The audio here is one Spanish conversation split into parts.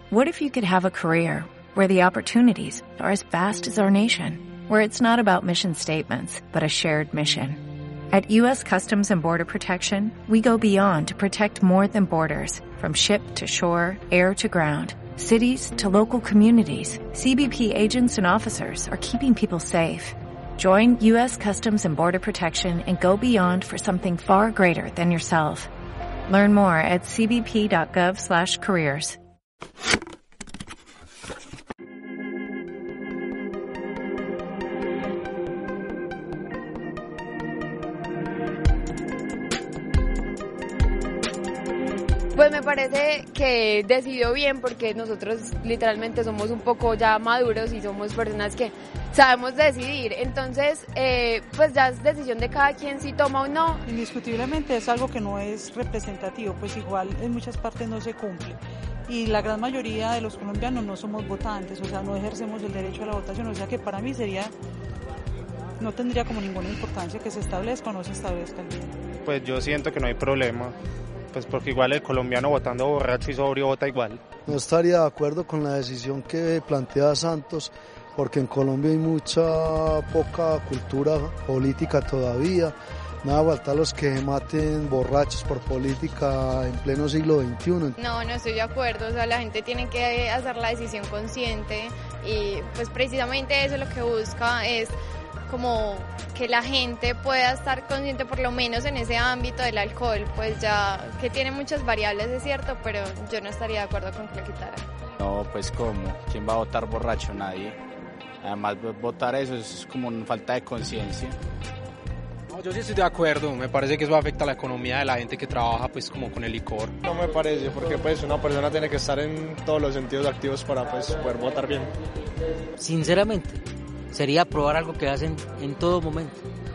What if you could have a career where the opportunities are as vast as our nation, where it's not about mission statements, but a shared mission? At U.S. Customs and Border Protection, we go beyond to protect more than borders, from ship to shore, air to ground, cities to local communities. CBP agents and officers are keeping people safe. Join U.S. Customs and Border Protection and go beyond for something far greater than yourself. Learn more at cbp.gov/careers. Pues me parece que decidió bien porque nosotros literalmente somos un poco ya maduros y somos personas que sabemos decidir. Entonces, pues ya es decisión de cada quien si toma o no. Indiscutiblemente es algo que no es representativo, pues igual en muchas partes no se cumple. Y la gran mayoría de los colombianos no somos votantes, o sea, no ejercemos el derecho a la votación, o sea que para mí no tendría como ninguna importancia que se establezca o no se establezca el día. Pues yo siento que no hay problema. Pues porque igual el colombiano votando borracho y sobrio vota igual. No estaría de acuerdo con la decisión que plantea Santos, porque en Colombia hay poca cultura política todavía. Nada falta los que maten borrachos por política en pleno siglo XXI. No estoy de acuerdo, o sea, la gente tiene que hacer la decisión consciente y pues precisamente eso lo que busca es como que la gente pueda estar consciente por lo menos en ese ámbito del alcohol, pues ya que tiene muchas variables, es cierto, pero yo no estaría de acuerdo con que lo quitaran. No, pues ¿cómo? ¿Quién va a votar borracho? Nadie. Además, votar eso es como una falta de conciencia. No, yo sí estoy de acuerdo, me parece que eso afecta a la economía de la gente que trabaja pues como con el licor. No me parece, porque pues una persona tiene que estar en todos los sentidos activos para pues poder votar bien. Sinceramente, sería probar algo que hacen en todo momento.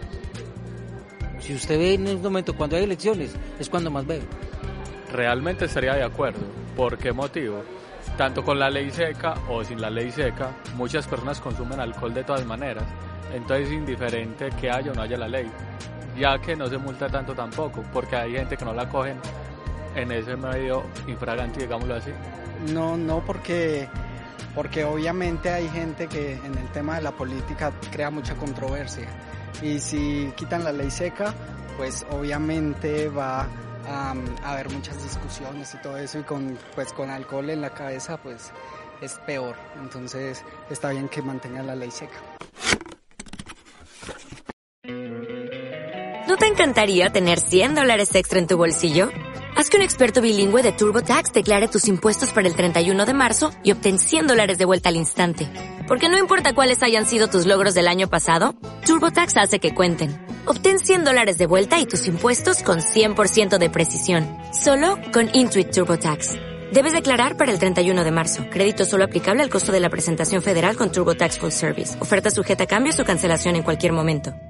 Si usted ve en el momento cuando hay elecciones, es cuando más veo. Realmente estaría de acuerdo. ¿Por qué motivo? Tanto con la ley seca o sin la ley seca, muchas personas consumen alcohol de todas maneras. Entonces es indiferente que haya o no haya la ley, ya que no se multa tanto tampoco, porque hay gente que no la cogen en ese medio infragante, digámoslo así. No, porque obviamente hay gente que en el tema de la política crea mucha controversia y si quitan la ley seca, pues obviamente va a haber muchas discusiones y todo eso y con alcohol en la cabeza pues es peor, entonces está bien que mantengan la ley seca. ¿No te encantaría tener $100 extra en tu bolsillo? Haz que un experto bilingüe de TurboTax declare tus impuestos para el 31 de marzo y obtén $100 de vuelta al instante. Porque no importa cuáles hayan sido tus logros del año pasado, TurboTax hace que cuenten. Obtén $100 de vuelta y tus impuestos con 100% de precisión. Solo con Intuit TurboTax. Debes declarar para el 31 de marzo. Crédito solo aplicable al costo de la presentación federal con TurboTax Full Service. Oferta sujeta a cambios o cancelación en cualquier momento.